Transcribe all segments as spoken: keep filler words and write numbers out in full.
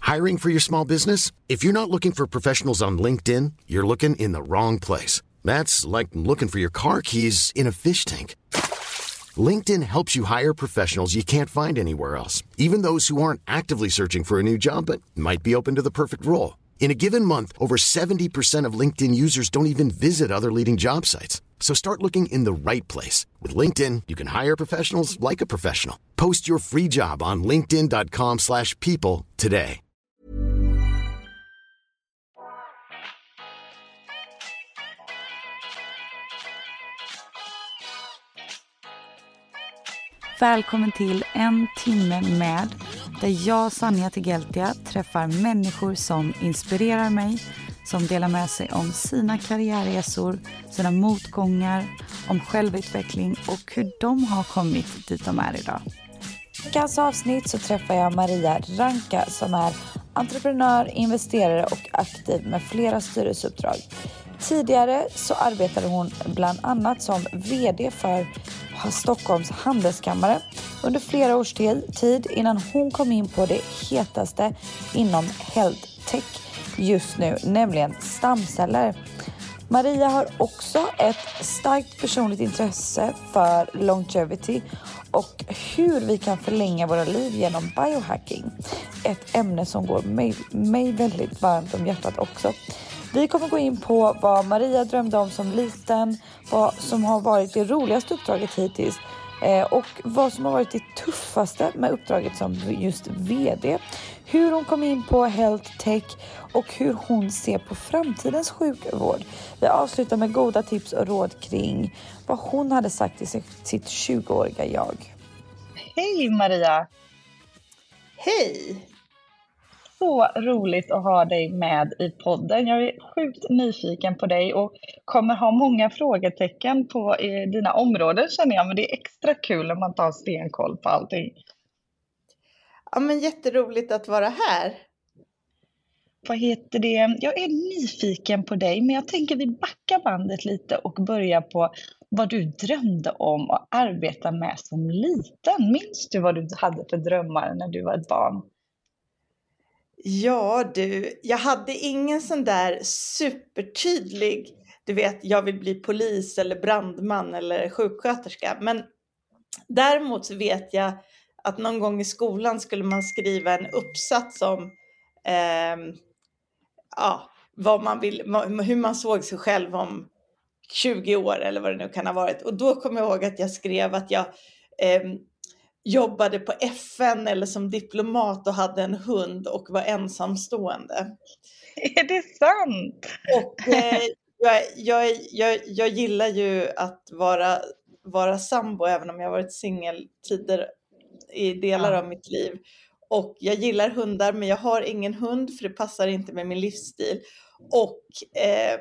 Hiring for your small business? If you're not looking for professionals on LinkedIn, you're looking in the wrong place. That's like looking for your car keys in a fish tank. LinkedIn helps you hire professionals you can't find anywhere else, even those who aren't actively searching for a new job but might be open to the perfect role. In a given month, over seventy percent of LinkedIn users don't even visit other leading job sites. So start looking in the right place. With LinkedIn, you can hire professionals like a professional. Post your free job on linkedin dot com slash people today. Välkommen till En timme med, där jag, Sanja Tegeltia, träffar människor som inspirerar mig, som delar med sig om sina karriärresor, sina motgångar, om självutveckling och hur de har kommit dit de är idag. I veckans avsnitt så träffar jag Maria Ranka som är entreprenör, investerare och aktiv med flera styrelseuppdrag. Tidigare så arbetade hon bland annat som vd för Stockholms handelskammare under flera års tid innan hon kom in på det hetaste inom health tech just nu, nämligen stamceller. Maria har också ett starkt personligt intresse för longevity och hur vi kan förlänga våra liv genom biohacking. Ett ämne som går mig, mig väldigt varmt om hjärtat också. Vi kommer gå in på vad Maria drömde om som liten, vad som har varit det roligaste uppdraget hittills eh, och vad som har varit det tuffaste med uppdraget som just vd. Hur hon kom in på health tech och hur hon ser på framtidens sjukvård. Vi avslutar med goda tips och råd kring vad hon hade sagt till sitt tjugoåriga jag. Hej Maria! Hej! Så roligt att ha dig med i podden. Jag är sjukt nyfiken på dig och kommer ha många frågetecken på dina områden, känner jag. Men det är extra kul när man tar stenkoll på allting. Ja, men jätteroligt att vara här. Vad heter det? Jag är nyfiken på dig, men jag tänker vi backar bandet lite och börjar på vad du drömde om att arbeta med som liten. Minns du vad du hade för drömmar när du var ett barn? Ja du, jag hade ingen sån där supertydlig, du vet, jag vill bli polis eller brandman eller sjuksköterska. Men däremot så vet jag att någon gång i skolan skulle man skriva en uppsats om eh, ja, vad man vill, hur man såg sig själv om tjugo år eller vad det nu kan ha varit. Och då kommer jag ihåg att jag skrev att jag eh, jobbade på F N eller som diplomat och hade en hund och var ensamstående. Är det sant? Och eh, jag, jag, jag, jag gillar ju att vara, vara sambo även om jag varit singel tider i delar ja. av mitt liv. Och jag gillar hundar men jag har ingen hund för det passar inte med min livsstil. Och eh,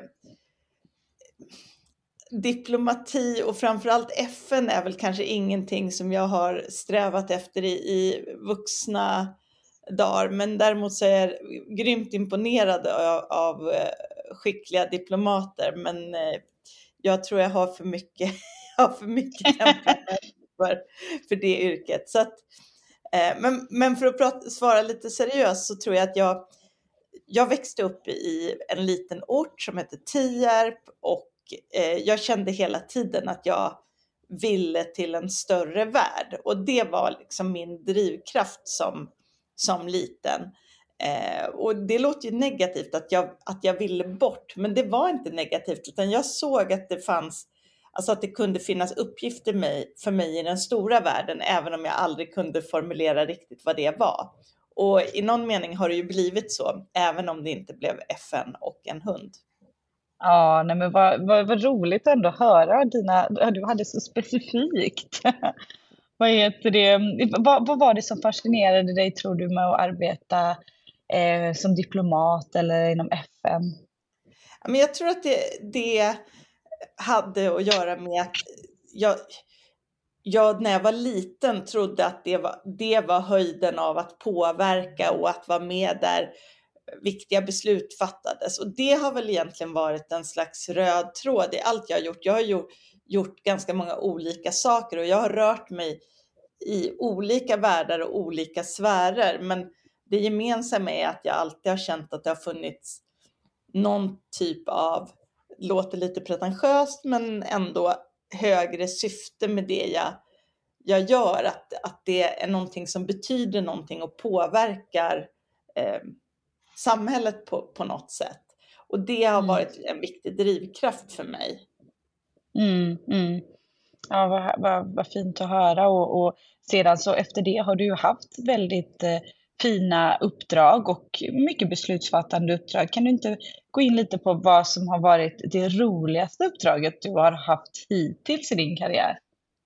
diplomati och framförallt F N är väl kanske ingenting som jag har strävat efter i, i vuxna dagar. Men däremot så är jag grymt imponerad av, av skickliga diplomater. Men eh, jag tror jag har för mycket, har för mycket temperament för, för det yrket. Så att, eh, men, men för att prata, svara lite seriöst så tror jag att jag, jag växte upp i en liten ort som heter Tierp och jag kände hela tiden att jag ville till en större värld. Och det var liksom min drivkraft som, som liten. Eh, och det låter ju negativt att jag, att jag ville bort. Men det var inte negativt utan jag såg att det fanns, alltså att det kunde finnas uppgifter mig, för mig i den stora världen. Även om jag aldrig kunde formulera riktigt vad det var. Och i någon mening har det ju blivit så. Även om det inte blev F N och en hund. Ja, nej men vad, vad, vad roligt ändå att höra dina, du hade så specifikt. Vad heter det, vad, vad var det som fascinerade dig tror du med att arbeta eh, som diplomat eller inom F N? Men jag tror att det, det hade att göra med att jag, jag när jag var liten trodde att det var, det var höjden av att påverka och att vara med där viktiga beslut fattades. Och det har väl egentligen varit en slags röd tråd i allt jag har gjort. Jag har gjort, gjort ganska många olika saker och jag har rört mig i olika världar och olika sfärer. Men, det gemensamma är att jag alltid har känt att det har funnits någon typ av, låter lite pretentiöst men ändå högre syfte med det jag, jag gör. Att, att det är någonting som betyder någonting och påverkar eh, samhället på, på något sätt. Och det har varit en viktig drivkraft för mig. Mm, mm. Ja, vad, vad, vad fint att höra. Och, och sedan så efter det har du ju haft väldigt eh, fina uppdrag och mycket beslutsfattande uppdrag. Kan du inte gå in lite på vad som har varit det roligaste uppdraget du har haft hittills i din karriär?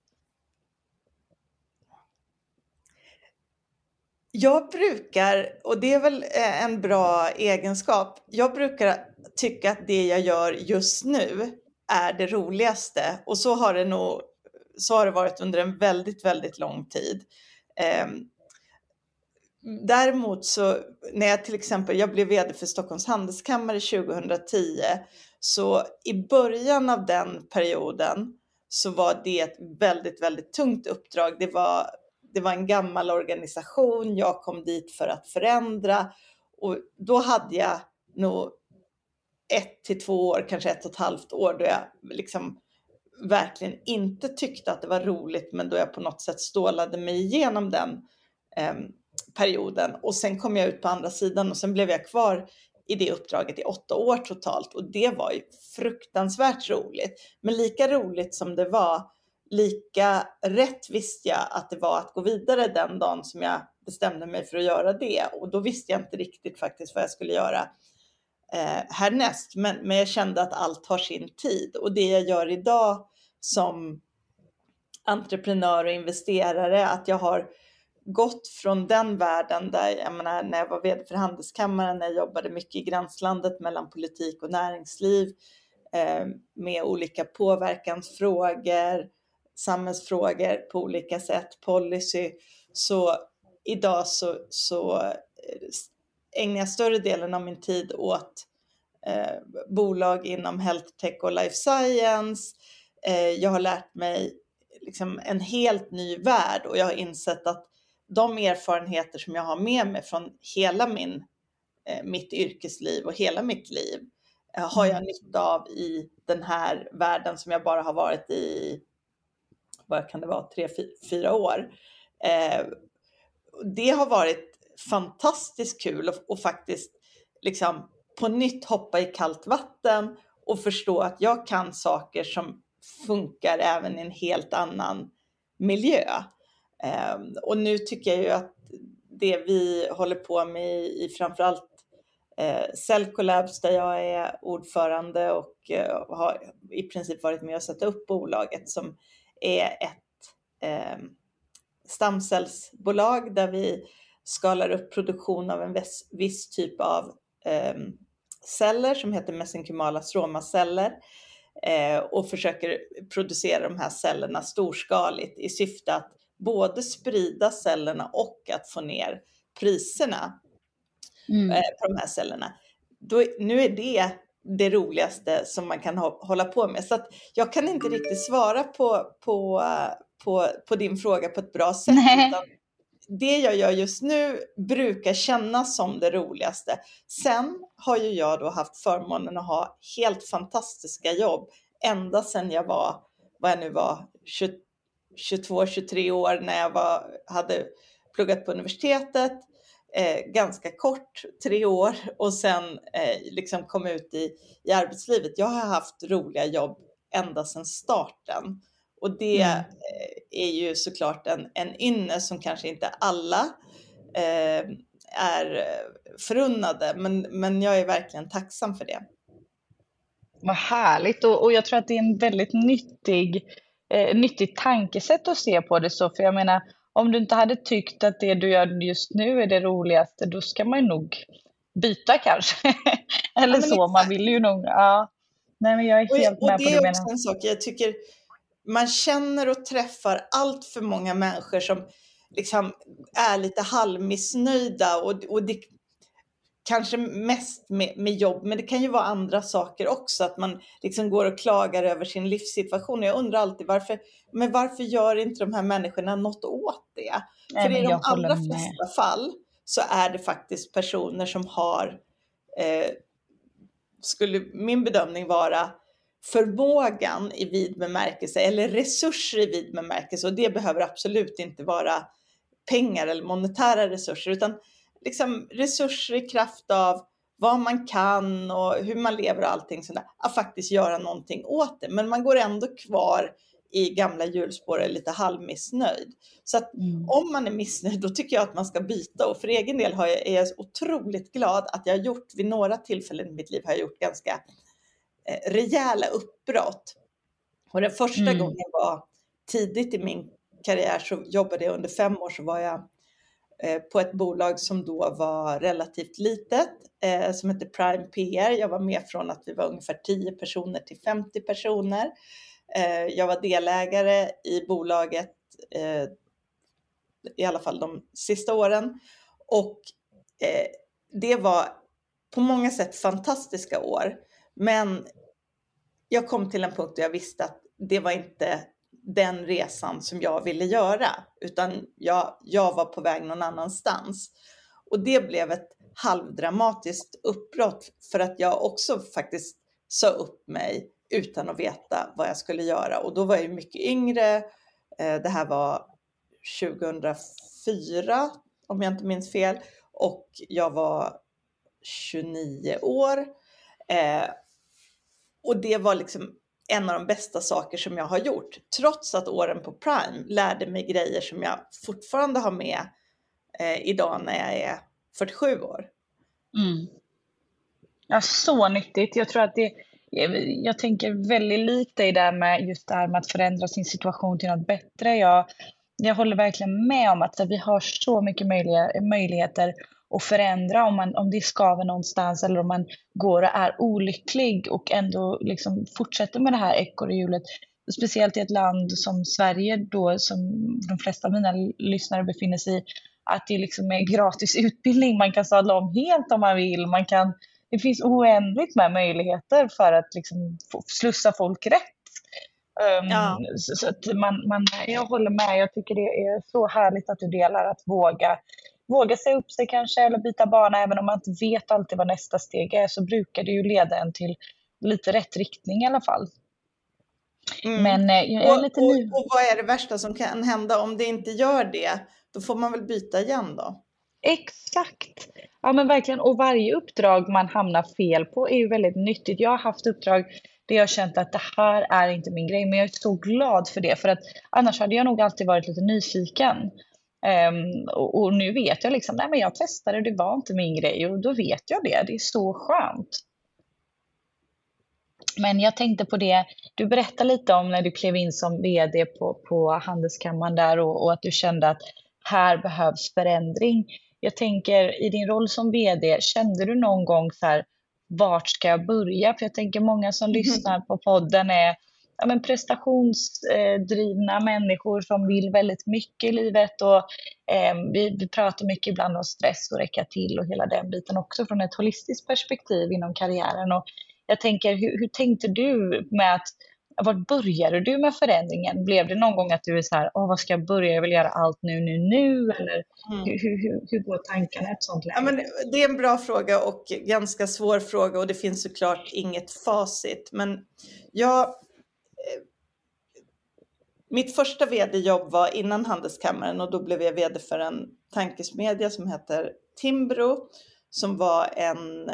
Jag brukar, och det är väl en bra egenskap, jag brukar tycka att det jag gör just nu är det roligaste. Och så har det nog så har det varit under en väldigt, väldigt lång tid. Eh, däremot så, när jag till exempel, jag blev vd för Stockholms handelskammare tjugohundratio, så i början av den perioden så var det ett väldigt, väldigt tungt uppdrag. Det var, det var en gammal organisation, jag kom dit för att förändra, och då hade jag nog ett till två år, kanske ett och ett halvt år då jag liksom verkligen inte tyckte att det var roligt, men då jag på något sätt stålade mig igenom den eh, perioden. Och sen kom jag ut på andra sidan och sen blev jag kvar i det uppdraget i åtta år totalt. Och det var ju fruktansvärt roligt. Men lika roligt som det var, lika rätt visste jag att det var att gå vidare den dagen som jag bestämde mig för att göra det. Och då visste jag inte riktigt faktiskt vad jag skulle göra eh, härnäst. Men, men jag kände att allt har sin tid. Och det jag gör idag som entreprenör och investerare, att jag har gått från den världen där, jag menar, när jag var vd för Handelskammaren, när jag jobbade mycket i gränslandet mellan politik och näringsliv eh, med olika påverkansfrågor, samhällsfrågor på olika sätt, policy, så idag så, så ägnar jag större delen av min tid åt eh, bolag inom health tech och life science. Eh, jag har lärt mig liksom en helt ny värld, och jag har insett att de erfarenheter som jag har med mig från hela min, eh, mitt yrkesliv och hela mitt liv eh, har jag nytta av i den här världen som jag bara har varit i, vad kan det vara, tre, fyra år. Eh, det har varit fantastiskt kul och, och faktiskt liksom på nytt hoppa i kallt vatten och förstå att jag kan saker som funkar även i en helt annan miljö. Eh, och nu tycker jag ju att det vi håller på med i, i framförallt eh, Cellcolabs, där jag är ordförande och eh, har i princip varit med att sätta upp bolaget, som är ett eh, stamcellsbolag där vi skalar upp produktion av en viss, viss typ av eh, celler som heter mesenkymala stromaceller. Eh, och försöker producera de här cellerna storskaligt i syfte att både sprida cellerna och att få ner priserna mm. eh, på de här cellerna. Då, nu är det det roligaste som man kan ha, hålla på med. Så att jag kan inte riktigt svara på, på, på, på din fråga på ett bra sätt. Utan det jag gör just nu brukar kännas som det roligaste. Sen har ju jag då haft förmånen att ha helt fantastiska jobb ända sedan jag var, vad jag nu var, tjugotvå tjugotre år, när jag var, hade pluggat på universitetet. Eh, ganska kort, tre år, och sen eh, liksom kom ut i, i arbetslivet. Jag har haft roliga jobb ända sedan starten. Och det mm. eh, är ju såklart en, en ynne som kanske inte alla eh, är förunnade. Men, men jag är verkligen tacksam för det. Vad härligt. Och, och jag tror att det är en väldigt nyttig, eh, nyttig tankesätt att se på det så. För jag menar, om du inte hade tyckt att det du gör just nu är det roligaste, då ska man nog byta kanske. Eller ja, så, exakt. Man vill ju nog... Ja. Nej, men jag är helt och, med och på det. Och det är också en sak, jag tycker man känner och träffar allt för många människor som liksom är lite halvmissnöjda, och, och det kanske mest med, med jobb, men det kan ju vara andra saker också, att man liksom går och klagar över sin livssituation. Jag undrar alltid varför, men varför gör inte de här människorna något åt det? Nej, för i de allra flesta fall så är det faktiskt personer som har, eh, skulle min bedömning vara, förmågan i vid bemärkelse eller resurser i vid bemärkelse. Och det behöver absolut inte vara pengar eller monetära resurser, utan liksom resurser i kraft av vad man kan och hur man lever och allting sådär. Att faktiskt göra någonting åt det. Men man går ändå kvar i gamla hjulspår och är lite halvmissnöjd. Så att mm. om man är missnöjd, då tycker jag att man ska byta. Och för egen del har jag, är jag otroligt glad att jag har gjort, vid några tillfällen i mitt liv har jag gjort ganska eh, rejäla uppbrott. Och den första mm. gången var tidigt i min karriär, så jobbade jag under fem år, så var jag eh, på ett bolag som då var relativt litet, eh, som heter Prime P R. Jag var med från att vi var ungefär tio personer till femtio personer. Eh, jag var delägare i bolaget eh, i alla fall de sista åren. Och eh, det var på många sätt fantastiska år. Men jag kom till en punkt där jag visste att det var inte den resan som jag ville göra. Utan jag, jag var på väg någon annanstans. Och det blev ett halvdramatiskt uppbrott. För att jag också faktiskt sa upp mig utan att veta vad jag skulle göra. Och då var jag mycket yngre. Det här var tjugohundrafyra om jag inte minns fel. Och jag var tjugonio år. Eh, och det var liksom en av de bästa saker som jag har gjort. Trots att åren på Prime lärde mig grejer som jag fortfarande har med eh, idag när jag är fyrtiosju år. Mm. Ja, så nyttigt. Jag tror att det, jag tänker väldigt likt dig där med just det här med att förändra sin situation till något bättre. Jag, jag håller verkligen med om att vi har så mycket möjliga, möjligheter att förändra om, man, om det skaver någonstans, eller om man går och är olycklig och ändå liksom fortsätter med det här ekorrhjulet. Speciellt i ett land som Sverige då, som de flesta av mina lyssnare befinner sig i, att det liksom är gratis utbildning. Man kan sadla om helt om man vill. Man kan, det finns oändligt med möjligheter för att liksom slussa folk rätt. Um, ja. Så, så att man, man, jag håller med. Jag tycker det är så härligt att du delar, att våga Våga se upp sig kanske, eller byta bana. Även om man inte vet alltid vad nästa steg är, så brukar det ju leda en till lite rätt riktning i alla fall. Mm. Men jag är och, lite ny. Och, och vad är det värsta som kan hända om det inte gör det? Då får man väl byta igen då? Exakt. Ja, men verkligen. Och varje uppdrag man hamnar fel på är ju väldigt nyttigt. Jag har haft uppdrag där jag har känt att det här är inte min grej. Men jag är så glad för det. För att annars hade jag nog alltid varit lite nyfiken. Um, och, och nu vet jag liksom, nej men jag testade, det var inte min grej, och då vet jag det, det är så skönt. Men jag tänkte på det, du berättade lite om när du klev in som vd på, på Handelskammaren där, och, och att du kände att här behövs förändring. Jag tänker, i din roll som vd, kände du någon gång så här, vart ska jag börja? För jag tänker många som mm. lyssnar på podden är Ja, men prestationsdrivna människor som vill väldigt mycket i livet, och eh, vi, vi pratar mycket ibland om stress och räcka till och hela den biten också från ett holistiskt perspektiv inom karriären. Och jag tänker, hur, hur tänkte du med att, var började du med förändringen? Blev det någon gång att du är så här, åh, vad ska jag börja, jag vill göra allt nu, nu, nu, eller mm. hur, hur, hur går tankarna i ett sånt läge? Ja, men det är en bra fråga och ganska svår fråga, och det finns såklart inget facit, men jag Mitt första vd-jobb var innan Handelskammaren, och då blev jag vd för en tankesmedja som heter Timbro, som var en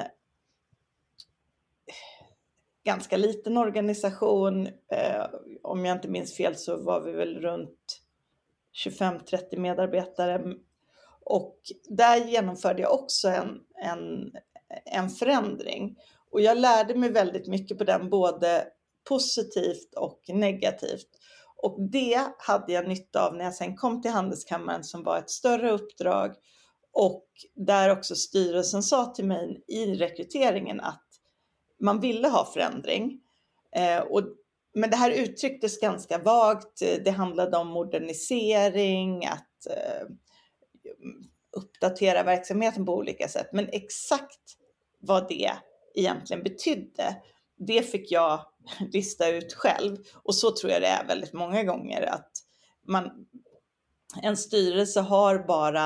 ganska liten organisation. Eh, om jag inte minns fel så var vi väl runt tjugofem till trettio medarbetare. Och där genomförde jag också en, en, en förändring. Och jag lärde mig väldigt mycket på den, både positivt och negativt. Och det hade jag nytta av när jag sen kom till Handelskammaren, som var ett större uppdrag. Och där också styrelsen sa till mig i rekryteringen att man ville ha förändring. Eh, och, men det här uttrycktes ganska vagt. Det handlade om modernisering, att eh, uppdatera verksamheten på olika sätt. Men exakt vad det egentligen betydde, det fick jag lista ut själv. Och så tror jag det är väldigt många gånger, att man, en styrelse har bara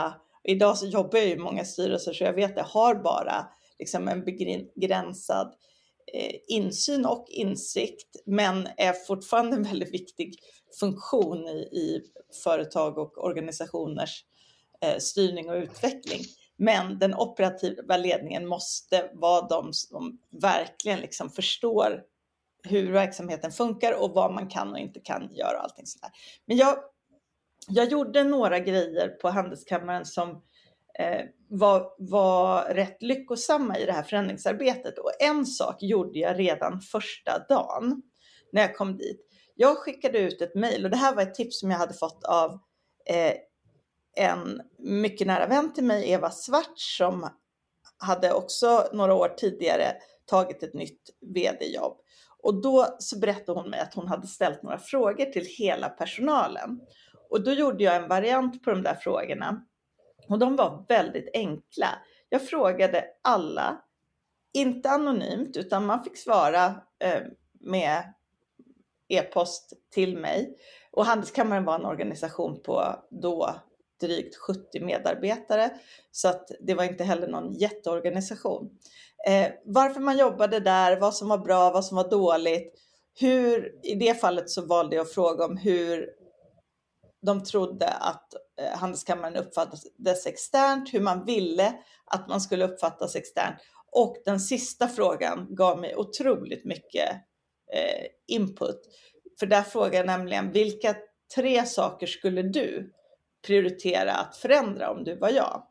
Och idag så jobbar jag ju i många styrelser, så jag vet att jag har bara liksom en begränsad eh, insyn och insikt, men är fortfarande en väldigt viktig funktion i, i företag och organisationers eh, styrning och utveckling. Men den operativa ledningen måste vara de som verkligen liksom förstår hur verksamheten funkar och vad man kan och inte kan göra och allting sådär. Men jag, jag gjorde några grejer på Handelskammaren som eh, var, var rätt lyckosamma i det här förändringsarbetet. Och en sak gjorde jag redan första dagen när jag kom dit. Jag skickade ut ett mejl, och det här var ett tips som jag hade fått av eh, en mycket nära vän till mig, Eva Svart, som hade också några år tidigare tagit ett nytt vd-jobb. Och då så berättade hon mig att hon hade ställt några frågor till hela personalen. Och då gjorde jag en variant på de där frågorna. Och de var väldigt enkla. Jag frågade alla, inte anonymt, utan man fick svara eh, med e-post till mig. Och Handelskammaren var en organisation på då drygt sjuttio medarbetare. Så att det var inte heller någon jätteorganisation. Eh, varför man jobbade där, vad som var bra, vad som var dåligt. Hur, i det fallet så valde jag att fråga om hur de trodde att eh, Handelskammaren uppfattades externt. Hur man ville att man skulle uppfattas externt. Och den sista frågan gav mig otroligt mycket eh, input. För där frågade jag nämligen, vilka tre saker skulle du prioritera att förändra om du var jag?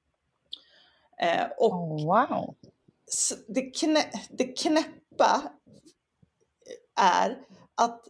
Eh, och Oh, wow. det, knä, det knäppa är att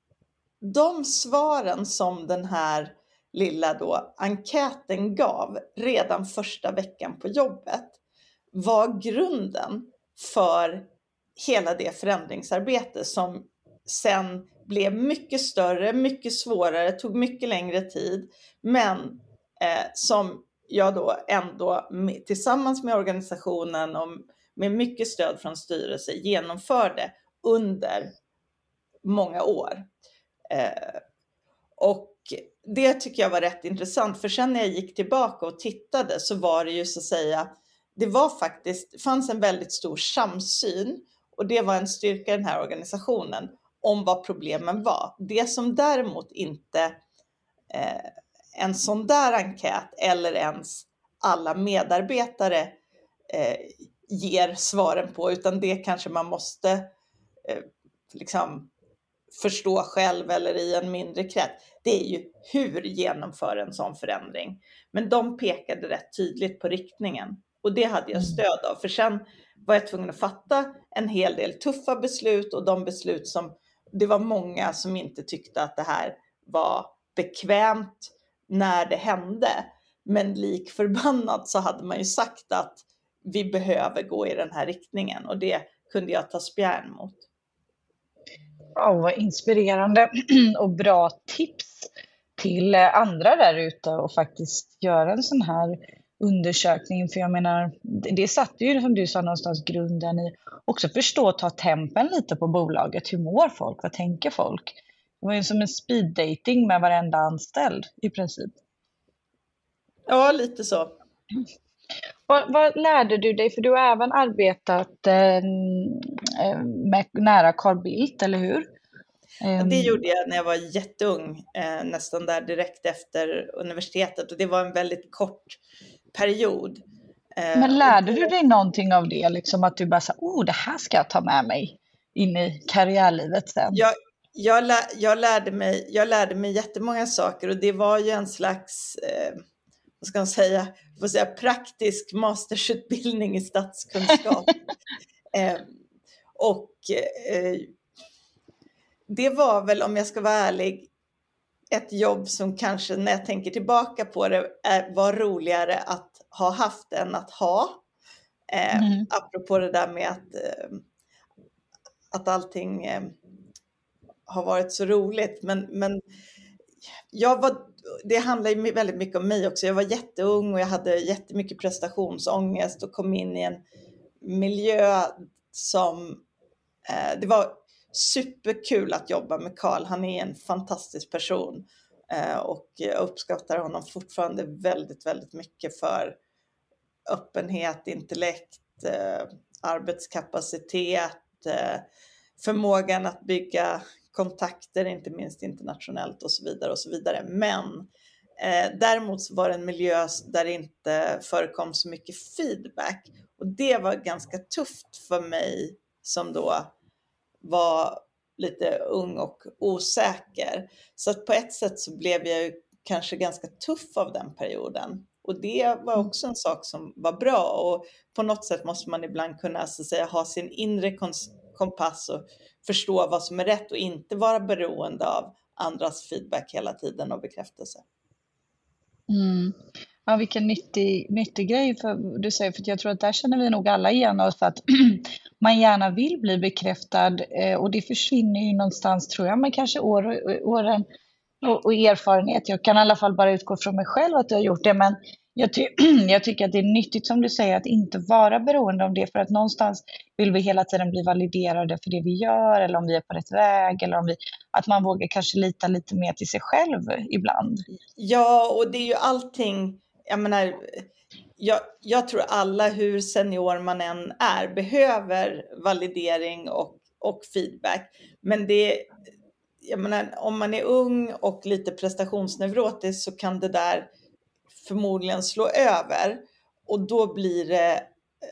de svaren som den här lilla då enkäten gav redan första veckan på jobbet var grunden för hela det förändringsarbete som sen blev mycket större, mycket svårare, tog mycket längre tid, men eh, som jag då ändå med, tillsammans med organisationen och med mycket stöd från styrelse genomförde under många år. Eh, och det tycker jag var rätt intressant, för sen när jag gick tillbaka och tittade så var det ju så att säga, det var faktiskt, det fanns en väldigt stor samsyn, och det var en styrka i den här organisationen om vad problemen var. Det som däremot inte eh, en sån där enkät eller ens alla medarbetare eh, ger svaren på, utan det kanske man måste eh, liksom förstå själv eller i en mindre krets. Det är ju hur genomför en sån förändring. Men de pekade rätt tydligt på riktningen. Och det hade jag stöd av. För sen var jag tvungen att fatta en hel del tuffa beslut. Och de beslut som, det var många som inte tyckte att det här var bekvämt när det hände. Men lik förbannat så hade man ju sagt att vi behöver gå i den här riktningen. Och det kunde jag ta spjärn mot. Oh, vad inspirerande och bra tips till andra där ute och faktiskt göra en sån här undersökning. För jag menar, det satte ju som du sa någonstans grunden i också förstå och ta tempen lite på bolaget. Hur mår folk? Vad tänker folk? Det var ju som en speed dating med varenda anställd i princip. Ja, lite så. Vad, vad lärde du dig? För du har även arbetat eh, med nära Carl Bildt, eller hur? Ja, det gjorde jag när jag var jätteung, eh, nästan där direkt efter universitetet. Och det var en väldigt kort period. Eh, Men lärde och... du dig någonting av det? Liksom att du bara sa, oh, det här ska jag ta med mig in i karriärlivet sen. Jag, jag, lär, jag, lärde mig, jag lärde mig jättemånga saker. Och det var ju en slags... Eh, vad ska man säga, får säga praktisk mastersutbildning i statskunskap. eh, och eh, det var väl, om jag ska vara ärlig, ett jobb som kanske när jag tänker tillbaka på det är, var roligare att ha haft än att ha. Eh, mm. Apropå det där med att, eh, att allting eh, har varit så roligt. Men, men jag var... Det handlar ju väldigt mycket om mig också. Jag var jätteung och jag hade jättemycket prestationsångest och kom in i en miljö som... Eh, det var superkul att jobba med Carl. Han är en fantastisk person. Eh, och jag uppskattar honom fortfarande väldigt, väldigt mycket för öppenhet, intellekt, eh, arbetskapacitet, eh, förmågan att bygga kontakter, inte minst internationellt och så vidare och så vidare. Men eh, däremot så var det en miljö där det inte förekom så mycket feedback. Och det var ganska tufft för mig som då var lite ung och osäker. Så att på ett sätt så blev jag ju kanske ganska tuff av den perioden. Och det var också en sak som var bra. Och på något sätt måste man ibland kunna så att säga, ha sin inre kompass och förstå vad som är rätt och inte vara beroende av andras feedback hela tiden och bekräftelse. Mm. Ja, vilken nyttig, nyttig grej för, du säger, för jag tror att där känner vi nog alla igen oss, för att man gärna vill bli bekräftad, eh, och det försvinner ju någonstans, tror jag, men kanske år, åren och, och erfarenhet. Jag kan i alla fall bara utgå från mig själv att jag har gjort det, men jag, ty- jag tycker att det är nyttigt, som du säger, att inte vara beroende av det, för att någonstans vill vi hela tiden bli validerade för det vi gör, eller om vi är på rätt väg, eller om vi, att man vågar kanske lita lite mer till sig själv ibland. Ja, och det är ju allting, jag menar, jag, jag tror alla, hur senior man än är, behöver validering och, och feedback. Men det, jag menar, om man är ung och lite prestationsneurotisk så kan det där förmodligen slå över. Och då blir det,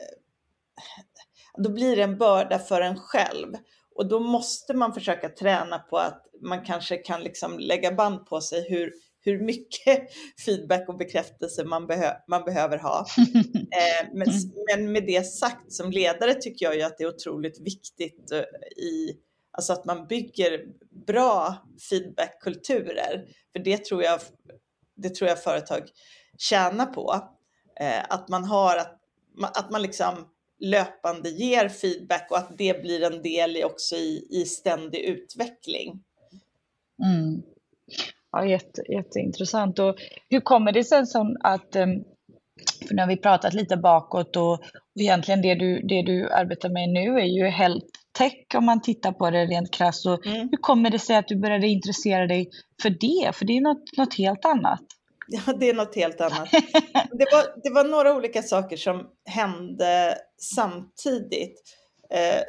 då blir det en börda för en själv. Och då måste man försöka träna på att man kanske kan liksom lägga band på sig hur, hur mycket feedback och bekräftelse man, behö- man behöver ha. eh, men, men med det sagt, som ledare tycker jag ju att det är otroligt viktigt i, alltså att man bygger bra feedbackkulturer. För det tror jag, det tror jag företag tjänar på. Eh, att man har, att, att man liksom löpande ger feedback och att det blir en del i, också i, i ständig utveckling. Mm. Ja, jätte, jätteintressant. Och hur kommer det sig som att, för nu har vi pratat lite bakåt, och egentligen det du, det du arbetar med nu är ju health tech, om man tittar på det rent krasst. Och mm. Hur kommer det sig att du började intressera dig för det? För det är något, något helt annat. Ja, det är något helt annat. Det var, det var några olika saker som hände samtidigt. Eh,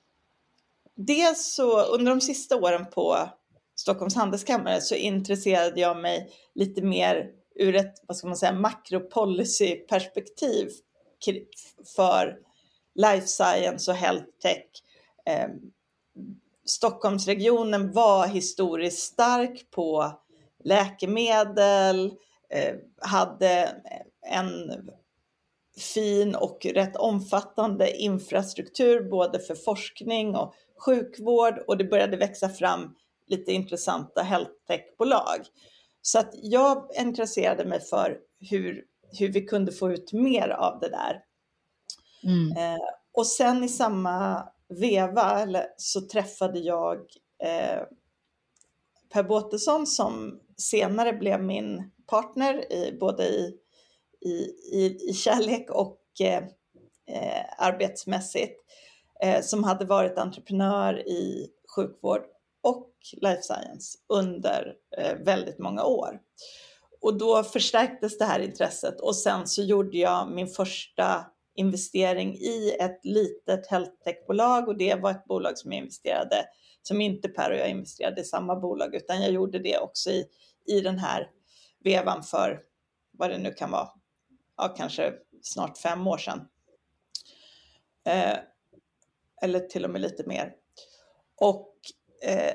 dels så under de sista åren på Stockholms handelskammare så intresserade jag mig lite mer ur ett, vad ska man säga, makropolicy-perspektiv för life science och health tech. Eh, Stockholmsregionen var historiskt stark på läkemedel, eh, hade en fin och rätt omfattande infrastruktur både för forskning och sjukvård, och det började växa fram lite intressanta health tech-bolag. Så att jag intresserade mig för hur, hur vi kunde få ut mer av det där. Mm. Eh, och sen i samma veva så träffade jag eh, Per Båtesson, som senare blev min partner i, både i, i, i, i kärlek och eh, arbetsmässigt, eh, som hade varit entreprenör i sjukvård och life science under eh, väldigt många år. Och då förstärktes det här intresset, och sen så gjorde jag min första investering i ett litet health tech-bolag, och det var ett bolag som jag investerade, som inte Per och jag investerade i samma bolag, utan jag gjorde det också i, i den här vevan för vad det nu kan vara, ja, kanske snart fem år sedan. Eh, eller till och med lite mer. Och, eh,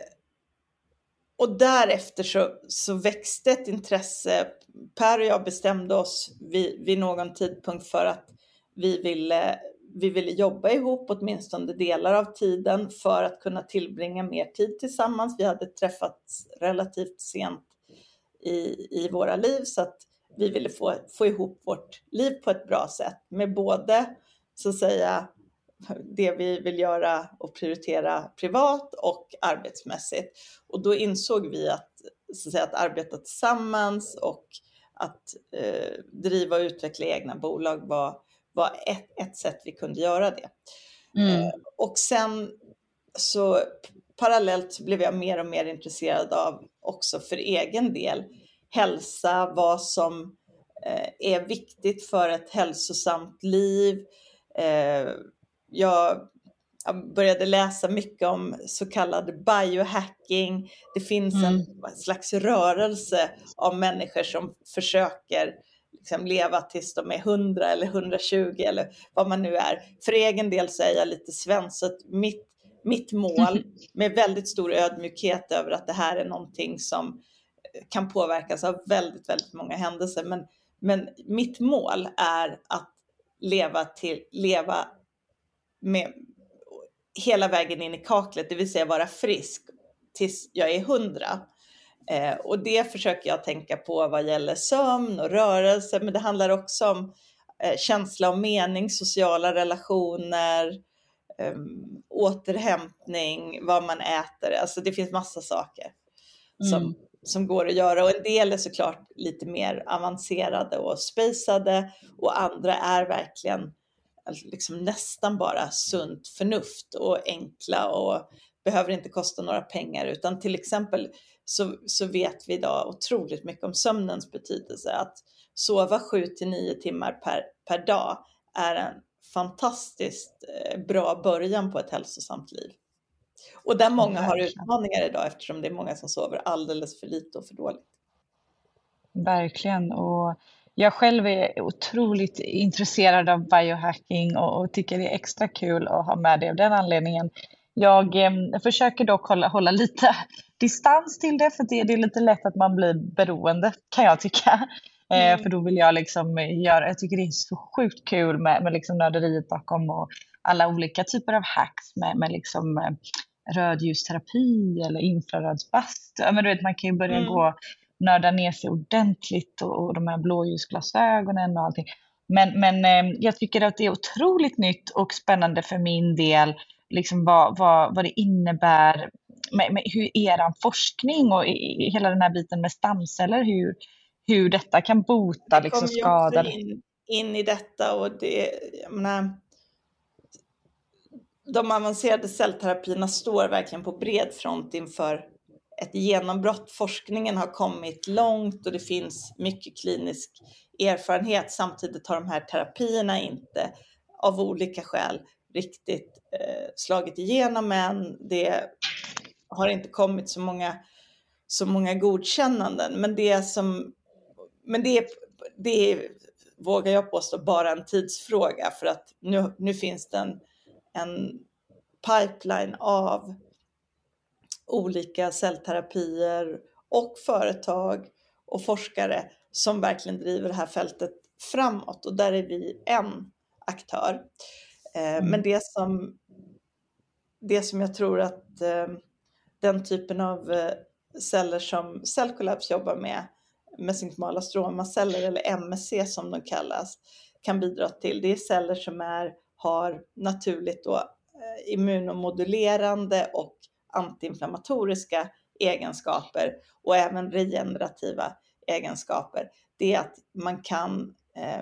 och därefter så, så växte ett intresse. Per och jag bestämde oss vid, vid någon tidpunkt för att vi ville, vi ville jobba ihop åtminstone delar av tiden för att kunna tillbringa mer tid tillsammans. Vi hade träffats relativt sent i, i våra liv, så att vi ville få, få ihop vårt liv på ett bra sätt med både, så att säga, det vi vill göra och prioritera privat och arbetsmässigt. Och då insåg vi att, så att säga, att arbeta tillsammans och att eh, driva och utveckla egna bolag var, var ett, ett sätt vi kunde göra det. Mm. Eh, och sen så parallellt så blev jag mer och mer intresserad av också för egen del hälsa, vad som eh, är viktigt för ett hälsosamt liv. Eh, jag, jag började läsa mycket om så kallad biohacking. Det finns Mm. en slags rörelse av människor som försöker liksom leva tills de är hundra eller hundratjugo eller vad man nu är. För egen del så är jag lite svensk, så att mitt, mitt mål med väldigt stor ödmjukhet över att det här är någonting som kan påverkas av väldigt, väldigt många händelser. Men, men mitt mål är att leva, till, leva med hela vägen in i kaklet, det vill säga vara frisk tills jag är hundra. Eh, och det försöker jag tänka på vad gäller sömn och rörelse, men det handlar också om eh, känsla och mening, sociala relationer, eh, återhämtning, vad man äter. Alltså det finns massa saker som, Mm. som går att göra, och en del är såklart lite mer avancerade och spacade, och andra är verkligen liksom nästan bara sunt förnuft och enkla och behöver inte kosta några pengar, utan till exempel så, så vet vi idag otroligt mycket om sömnens betydelse. Att sova sju till nio timmar per, per dag är en fantastiskt bra början på ett hälsosamt liv. Och där många har utmaningar idag, eftersom det är många som sover alldeles för lite och för dåligt. Verkligen, och jag själv är otroligt intresserad av biohacking och, och tycker det är extra kul att ha med det av den anledningen. Jag eh, försöker dock hålla, hålla lite distans till det, för det, det är lite lätt att man blir beroende, kan jag tycka. Mm. Eh, för då vill jag liksom göra, jag tycker det är så sjukt kul med, med liksom nörderiet bakom och alla olika typer av hacks med, med liksom eh, rödljusterapi eller infrarödsbastu. Men du vet, man kan ju börja mm. gå nörda ner sig ordentligt och, och de här blåljusglasögonen och allting. Men, men eh, jag tycker att det är otroligt nytt och spännande för min del, liksom vad, vad, vad det innebär med, med hur eran forskning och i, hela den här biten med stamceller, hur, hur detta kan bota liksom skador. Det kommer ju också in, in i detta, och det, jag menar, de avancerade cellterapierna står verkligen på bred front inför ett genombrott. Forskningen har kommit långt och det finns mycket klinisk erfarenhet. Samtidigt har de här terapierna inte av olika skäl riktigt eh, slagit igenom än. Det har inte kommit så många, så många godkännanden. Men det som, men det, det vågar jag påstå bara en tidsfråga, för att nu, nu finns det en, en pipeline av olika cellterapier och företag och forskare som verkligen driver det här fältet framåt, och där är vi en aktör. Mm. Men det som, det som jag tror att eh, den typen av eh, celler som Cellcolabs jobbar med, mesenkymala stromaceller eller M S C som de kallas, kan bidra till, det är celler som är, har naturligt då, eh, immunomodulerande och antiinflammatoriska egenskaper och även regenerativa egenskaper. Det är att man kan eh,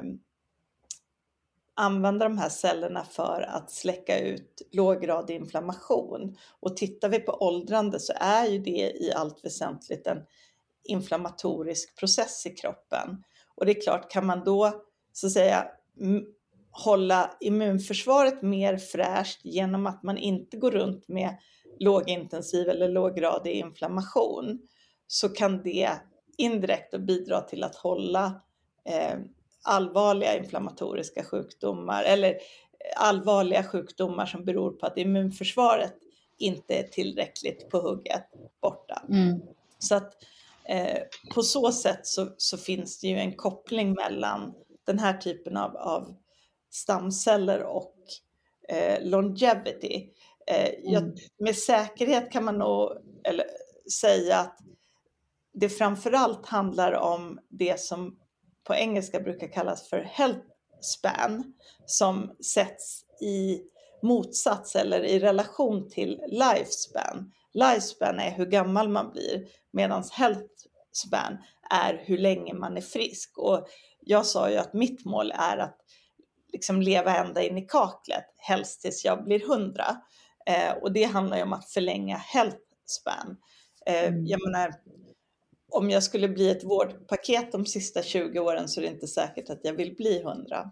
använda de här cellerna för att släcka ut låggradig inflammation. Och tittar vi på åldrande så är ju det i allt väsentligt en inflammatorisk process i kroppen. Och det är klart, kan man då så att säga m- hålla immunförsvaret mer fräscht genom att man inte går runt med lågintensiv eller låggradig inflammation, så kan det indirekt bidra till att hålla eh, allvarliga inflammatoriska sjukdomar eller allvarliga sjukdomar som beror på att immunförsvaret inte är tillräckligt på hugget borta. Mm. Så att eh, på så sätt så, så finns det ju en koppling mellan den här typen av, av stamceller och eh, longevity. Eh, jag, med säkerhet kan man nog eller, säga att det framförallt handlar om det som på engelska brukar kallas för health span, som sätts i motsats eller i relation till lifespan. Lifespan är hur gammal man blir, medan health span är hur länge man är frisk. Och jag sa ju att mitt mål är att liksom leva ända in i kaklet, helst tills jag blir hundra. Eh, och det handlar ju om att förlänga health span. Eh, Mm. Jag menar, om jag skulle bli ett vårdpaket de sista tjugo åren så är det inte säkert att jag vill bli hundra.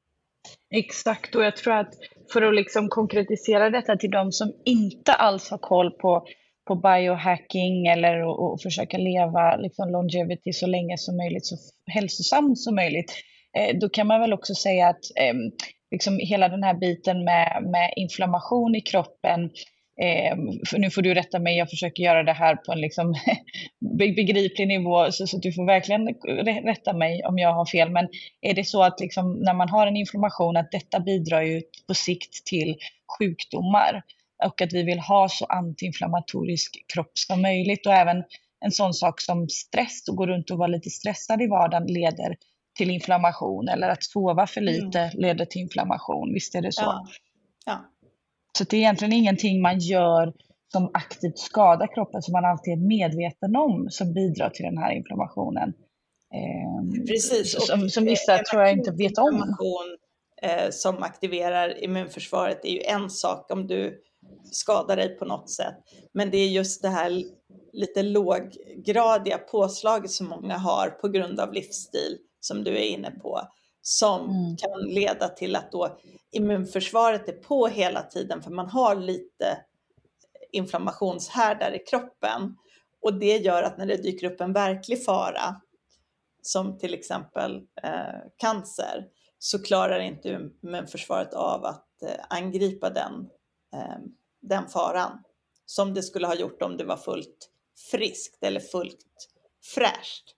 Exakt, och jag tror att för att liksom konkretisera detta till de som inte alls har koll på, på biohacking eller och, och försöka leva liksom longevity så länge som möjligt, så hälsosamt som möjligt, eh, då kan man väl också säga att eh, liksom hela den här biten med, med inflammation i kroppen, eh, för nu får du rätta mig, jag försöker göra det här på en liksom begriplig nivå, så, så du får verkligen rätta mig om jag har fel, men är det så att liksom, när man har en inflammation, att detta bidrar ju på sikt till sjukdomar och att vi vill ha så antiinflammatorisk kropp som möjligt, och även en sån sak som stress, och gå runt och vara lite stressad i vardagen leder till inflammation, eller att sova för lite mm. leder till inflammation, visst är det så? Ja. Ja. Så det är egentligen ingenting man gör som aktivt skadar kroppen, som man alltid är medveten om, som bidrar till den här inflammationen. Eh, Precis. Som, som vissa tror jag inte vet om. Inflammation eh, som aktiverar immunförsvaret är ju en sak om du skadar dig på något sätt. Men det är just det här lite låggradiga påslaget som många har på grund av livsstil, som du är inne på, som mm. kan leda till att då immunförsvaret är på hela tiden, för man har lite inflammationshärdar i kroppen, och det gör att när det dyker upp en verklig fara som till exempel eh, cancer, så klarar inte immunförsvaret av att eh, angripa den, eh, den faran som det skulle ha gjort om det var fullt friskt eller fullt fräscht.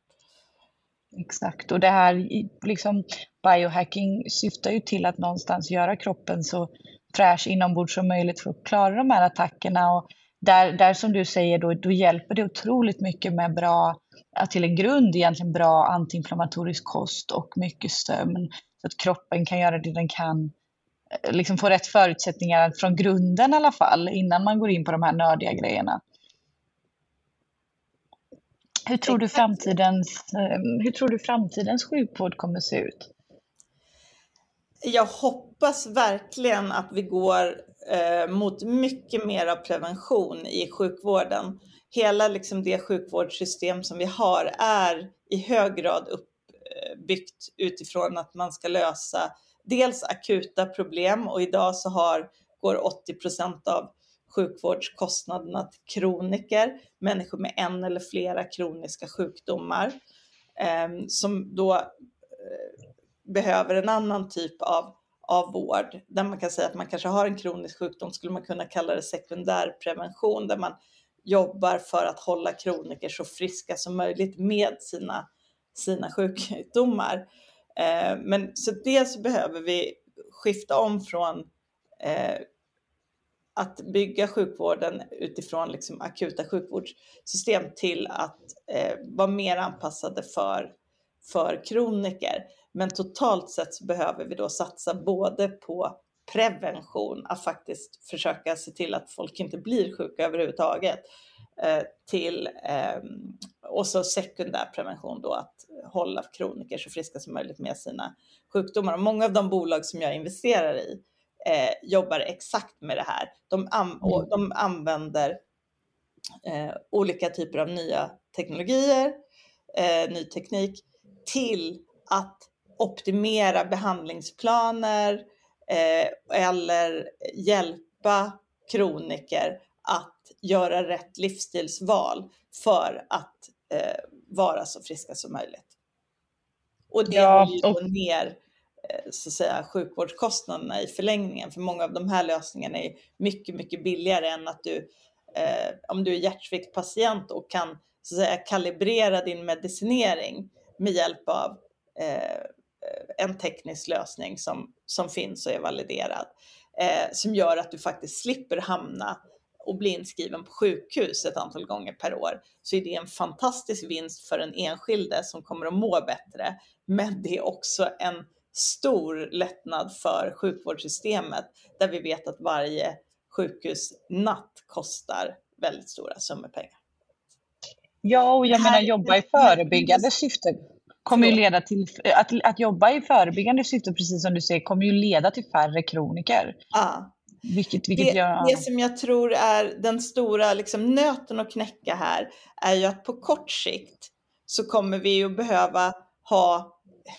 Exakt, och det här liksom biohacking syftar ju till att någonstans göra kroppen så fräsch inombords som möjligt för att klara de här attackerna, och där, där som du säger då, då hjälper det otroligt mycket med bra, till en grund egentligen bra antiinflammatorisk kost och mycket sömn, så att kroppen kan göra det den kan, liksom få rätt förutsättningar från grunden i alla fall, innan man går in på de här nördiga grejerna. Hur tror du framtidens, hur tror du framtidens sjukvård kommer se ut? Jag hoppas verkligen att vi går eh, mot mycket mer av prevention i sjukvården. Hela liksom det sjukvårdssystem som vi har är i hög grad uppbyggt utifrån att man ska lösa dels akuta problem, och idag så har, går åttio procent av sjukvårdskostnaderna till kroniker, människor med en eller flera kroniska sjukdomar eh, som då eh, behöver en annan typ av, av vård, där man kan säga att man kanske har en kronisk sjukdom, skulle man kunna kalla det sekundärprevention, där man jobbar för att hålla kroniker så friska som möjligt med sina, sina sjukdomar. Eh, men så dels behöver vi skifta om från eh, att bygga sjukvården utifrån liksom akuta sjukvårdssystem till att eh, vara mer anpassade för, för kroniker. Men totalt sett så behöver vi då satsa både på prevention, att faktiskt försöka se till att folk inte blir sjuka överhuvudtaget, eh, till eh, och så sekundärprevention då, att hålla kroniker så friska som möjligt med sina sjukdomar. Och många av de bolag som jag investerar i Eh, jobbar exakt med det här. De, an- och de använder eh, olika typer av nya teknologier, eh, ny teknik, till att optimera behandlingsplaner eh, eller hjälpa kroniker att göra rätt livsstilsval för att eh, vara så friska som möjligt. Och det ja, håller ju då ner så att säga sjukvårdskostnaderna i förlängningen, för många av de här lösningarna är mycket mycket billigare än att du eh, om du är hjärtsviktpatient och kan så att säga kalibrera din medicinering med hjälp av eh, en teknisk lösning som, som finns och är validerad, eh, som gör att du faktiskt slipper hamna och bli inskriven på sjukhus ett antal gånger per år, så är det en fantastisk vinst för en enskilde som kommer att må bättre, men det är också en stor lättnad för sjukvårdssystemet, där vi vet att varje sjukhusnatt kostar väldigt stora summor pengar. Ja, och jag menar jobba i förebyggande syfte kommer ju leda till att, att jobba i förebyggande syfte, precis som du säger, kommer ju leda till färre kroniker. Ja. Vilket, vilket det, gör... det som jag tror är den stora liksom, nöten att knäcka här är ju att på kort sikt så kommer vi ju behöva ha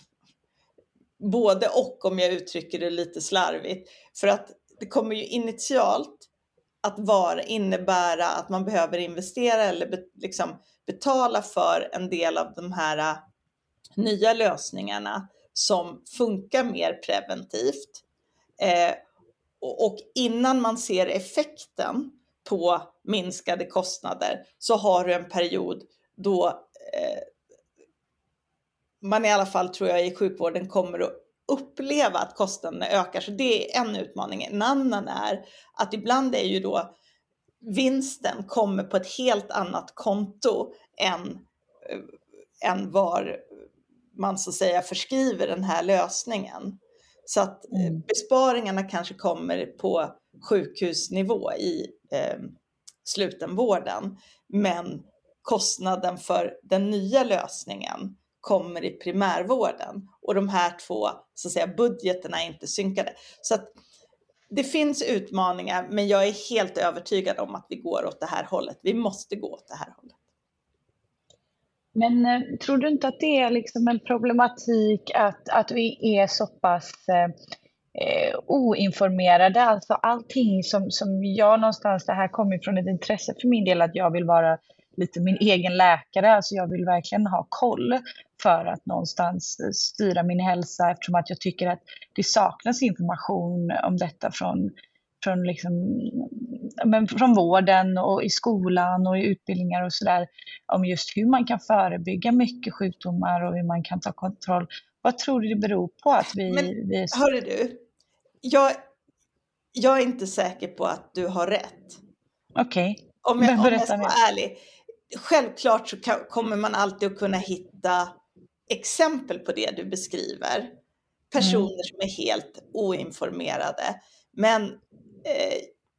både och, om jag uttrycker det lite slarvigt. För att det kommer ju initialt att vara, innebära att man behöver investera eller be, liksom betala för en del av de här uh, nya lösningarna som funkar mer preventivt. Eh, och, och innan man ser effekten på minskade kostnader så har du en period då eh, man i alla fall, tror jag, i sjukvården kommer att uppleva att kostnaderna ökar. Så det är en utmaning. En annan är att ibland är ju då vinsten kommer på ett helt annat konto än, än var man så att säga förskriver den här lösningen. Så att mm. besparingarna kanske kommer på sjukhusnivå i eh, slutenvården. Men kostnaden för den nya lösningen kommer i primärvården. Och de här två så att säga, budgeterna är inte synkade. Så att det finns utmaningar, men jag är helt övertygad om att vi går åt det här hållet. Vi måste gå åt det här hållet. Men eh, tror du inte att det är liksom en problematik att, att vi är så pass eh, oinformerade? Alltså allting som, som jag någonstans, det här kommer från ett intresse för min del, att jag vill vara lite min egen läkare. Alltså jag vill verkligen ha koll för att någonstans styra min hälsa, eftersom att jag tycker att det saknas information om detta från, från, liksom, men från vården och i skolan och i utbildningar och sådär, om just hur man kan förebygga mycket sjukdomar och hur man kan ta kontroll. Vad tror du det beror på att vi... Men vi... hörru du, jag, jag är inte säker på att du har rätt. Okej, okay. Om jag, om jag ska vara ärlig. Självklart så kan, kommer man alltid att kunna hitta exempel på det du beskriver. Personer mm. som är helt oinformerade. Men eh,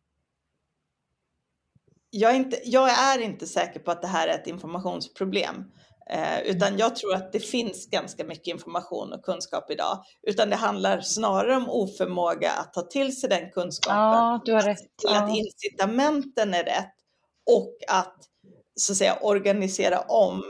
jag, är inte, jag är inte säker på att det här är ett informationsproblem. Eh, utan jag tror att det finns ganska mycket information och kunskap idag. Utan det handlar snarare om oförmåga att ta till sig den kunskapen. Ja, du har rätt. Till ja. Att incitamenten är rätt. Och att så att säga organisera om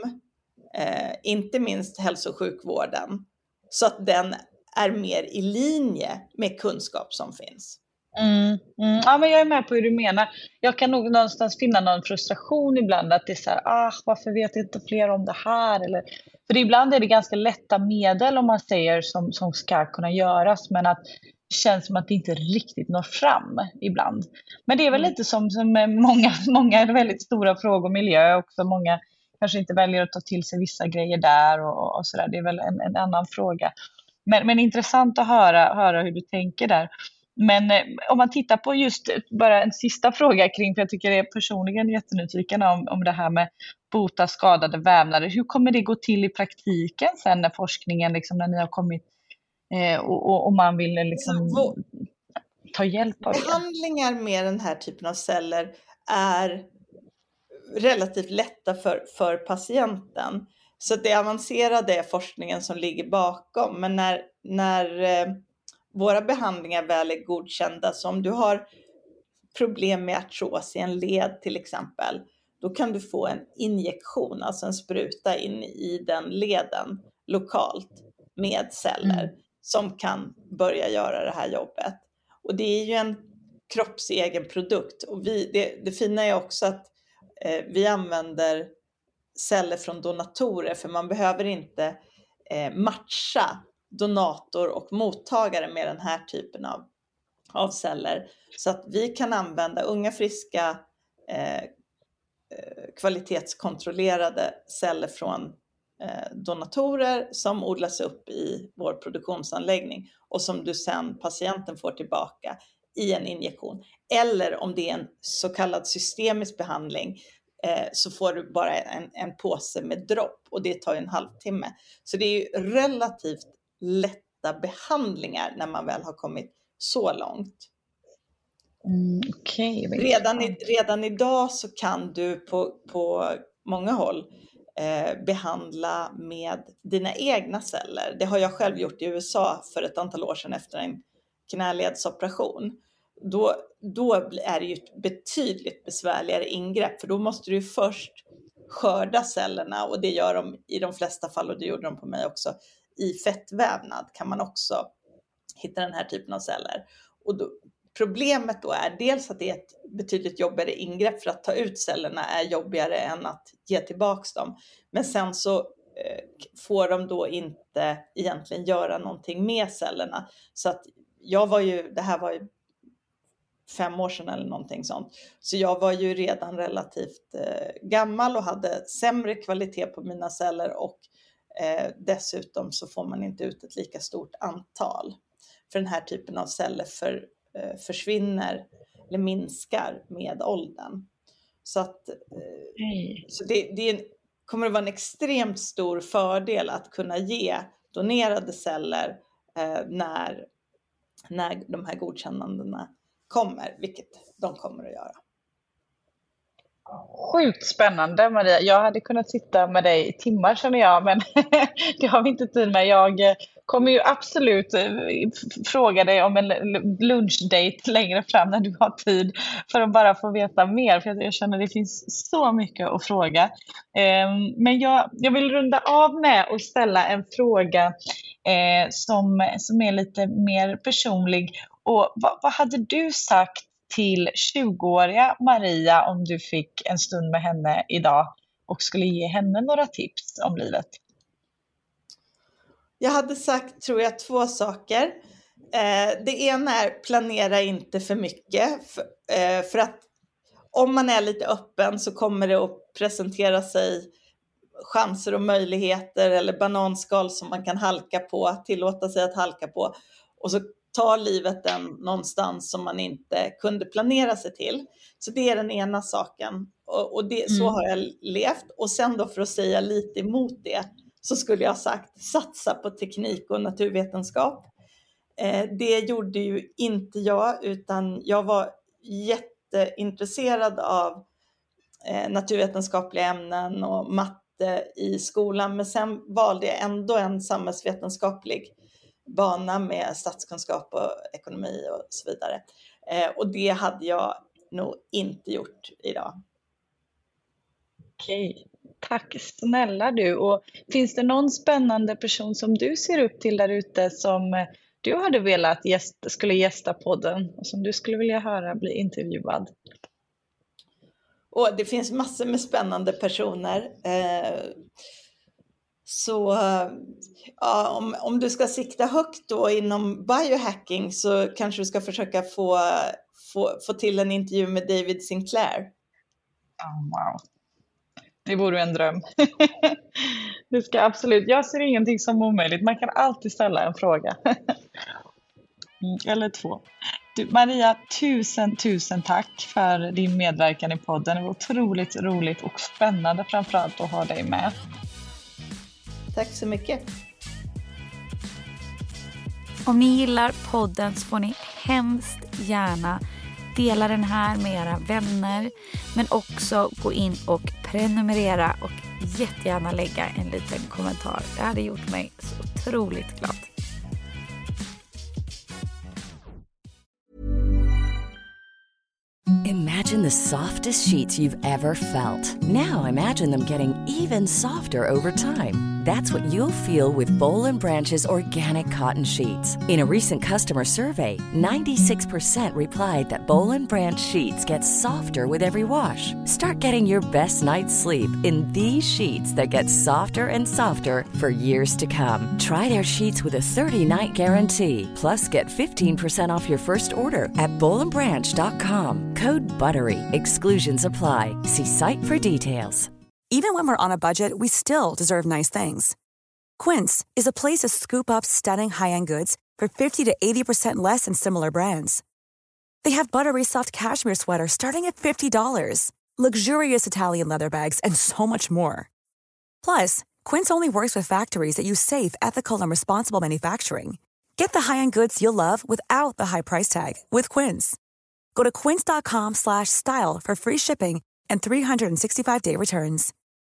eh, inte minst hälso- och sjukvården så att den är mer i linje med kunskap som finns. Mm, mm. Ja, men jag är med på hur du menar. Jag kan nog någonstans finna någon frustration ibland att det är så här, ah, varför vet inte fler om det här? Eller, för ibland är det ganska lätta medel om man säger som, som ska kunna göras, men att det känns som att det inte riktigt når fram ibland. Men det är väl mm. lite som, som många, många väldigt stora frågor, miljö också. Många kanske inte väljer att ta till sig vissa grejer där och, och sådär. Det är väl en, en annan fråga. Men, men intressant att höra, höra hur du tänker där. Men eh, om man tittar på just bara en sista fråga kring, för jag tycker det är personligen jättenyfiken om, om det här med bota skadade vävnader. Hur kommer det gå till i praktiken sen när forskningen, liksom, när ni har kommit eh, och, och, och man vill liksom Så, ta hjälp av det? Behandlingar med den här typen av celler är relativt lätta för, för patienten. Så det avancerade är forskningen som ligger bakom. Men när, när eh, våra behandlingar väl är godkända, så om du har problem med artros i en led till exempel, då kan du få en injektion, alltså en spruta in i den leden lokalt med celler mm. som kan börja göra det här jobbet. Och det är ju en kroppsegen produkt. Och vi, det, det fina är också att eh, vi använder celler från donatorer, för man behöver inte eh, matcha donator och mottagare med den här typen av, av celler. Så att vi kan använda unga friska eh, kvalitetskontrollerade celler från eh, donatorer som odlas upp i vår produktionsanläggning och som du sen patienten får tillbaka i en injektion. Eller om det är en så kallad systemisk behandling eh, så får du bara en, en påse med dropp, och det tar en halvtimme. Så det är ju relativt lätta behandlingar när man väl har kommit så långt. Mm, okay. redan, i, redan idag så kan du på, på många håll eh, behandla med dina egna celler. Det har jag själv gjort i U S A för ett antal år sedan efter en knäledsoperation. då, då är det ju ett betydligt besvärligare ingrepp, för då måste du först skörda cellerna, och det gör de i de flesta fall, och det gjorde de på mig också. I fettvävnad kan man också hitta den här typen av celler. Och då, problemet då är dels att det är ett betydligt jobbigare ingrepp, för att ta ut cellerna är jobbigare än att ge tillbaks dem. Men sen så eh, får de då inte egentligen göra någonting med cellerna. Så att jag var ju, det här var ju fem år sedan eller någonting sånt. Så jag var ju redan relativt eh, gammal och hade sämre kvalitet på mina celler, och eh, dessutom så får man inte ut ett lika stort antal. För den här typen av celler för, eh, försvinner eller minskar med åldern. Så, att, eh, mm. så det, det kommer att vara en extremt stor fördel att kunna ge donerade celler eh, när, när de här godkännandena kommer, vilket de kommer att göra. Sjukt spännande, Maria. Jag hade kunnat sitta med dig i timmar, känner jag, men det har vi inte tid med. Jag kommer ju absolut fråga dig om en lunchdate längre fram när du har tid, för att bara få veta mer, för jag känner att det finns så mycket att fråga. Men jag, jag vill runda av med att ställa en fråga som, som är lite mer personlig. Och vad, vad hade du sagt till tjugoåriga Maria om du fick en stund med henne idag och skulle ge henne några tips om livet? Jag hade sagt, tror jag, två saker. Eh, det ena är, planera inte för mycket. För, eh, för att om man är lite öppen så kommer det att presentera sig chanser och möjligheter eller bananskal som man kan halka på, tillåta sig att halka på. Och så tar livet den någonstans som man inte kunde planera sig till. Så det är den ena saken. Och, och det, mm. så har jag levt. Och sen då, för att säga lite emot det, så skulle jag ha sagt, satsa på teknik och naturvetenskap. Eh, det gjorde ju inte jag, utan jag var jätteintresserad av eh, naturvetenskapliga ämnen och matte i skolan. Men sen valde jag ändå en samhällsvetenskaplig bana med statskunskap och ekonomi och så vidare. Eh, och det hade jag nog inte gjort idag. Okej, tack snälla du. Och finns det någon spännande person som du ser upp till där ute som du hade velat gästa, skulle gästa podden och som du skulle vilja höra bli intervjuad? Och det finns massor med spännande personer. Eh, Så ja, om, om du ska sikta högt då inom biohacking, så kanske du ska försöka få, få, få till en intervju med David Sinclair. Oh, wow. Det vore en dröm. Det ska absolut. Jag ser ingenting som omöjligt. Man kan alltid ställa en fråga. Eller två. Du, Maria, tusen, tusen tack för din medverkan i podden. Det var otroligt roligt och spännande framförallt att ha dig med. Tack så mycket. Om ni gillar podden så får ni hemskt gärna dela den här med era vänner, men också gå in och prenumerera och jättegärna lägga en liten kommentar. Det hade gjort mig så otroligt glad. Imagine the softest sheets you've ever felt. Now imagine them getting even softer over time. That's what you'll feel with Boll and Branch's organic cotton sheets. In a recent customer survey, ninety-six percent replied that Boll and Branch sheets get softer with every wash. Start getting your best night's sleep in these sheets that get softer and softer for years to come. Try their sheets with a thirty-night guarantee. Plus, get fifteen percent off your first order at boll and branch dot com. Code BUTTERY. Exclusions apply. See site for details. Even when we're on a budget, we still deserve nice things. Quince is a place to scoop up stunning high-end goods for fifty to eighty percent less than similar brands. They have buttery soft cashmere sweaters starting at fifty dollars, luxurious Italian leather bags, and so much more. Plus, Quince only works with factories that use safe, ethical, and responsible manufacturing. Get the high-end goods you'll love without the high price tag with Quince. Go to quince dot com slash style for free shipping and three hundred sixty-five day returns.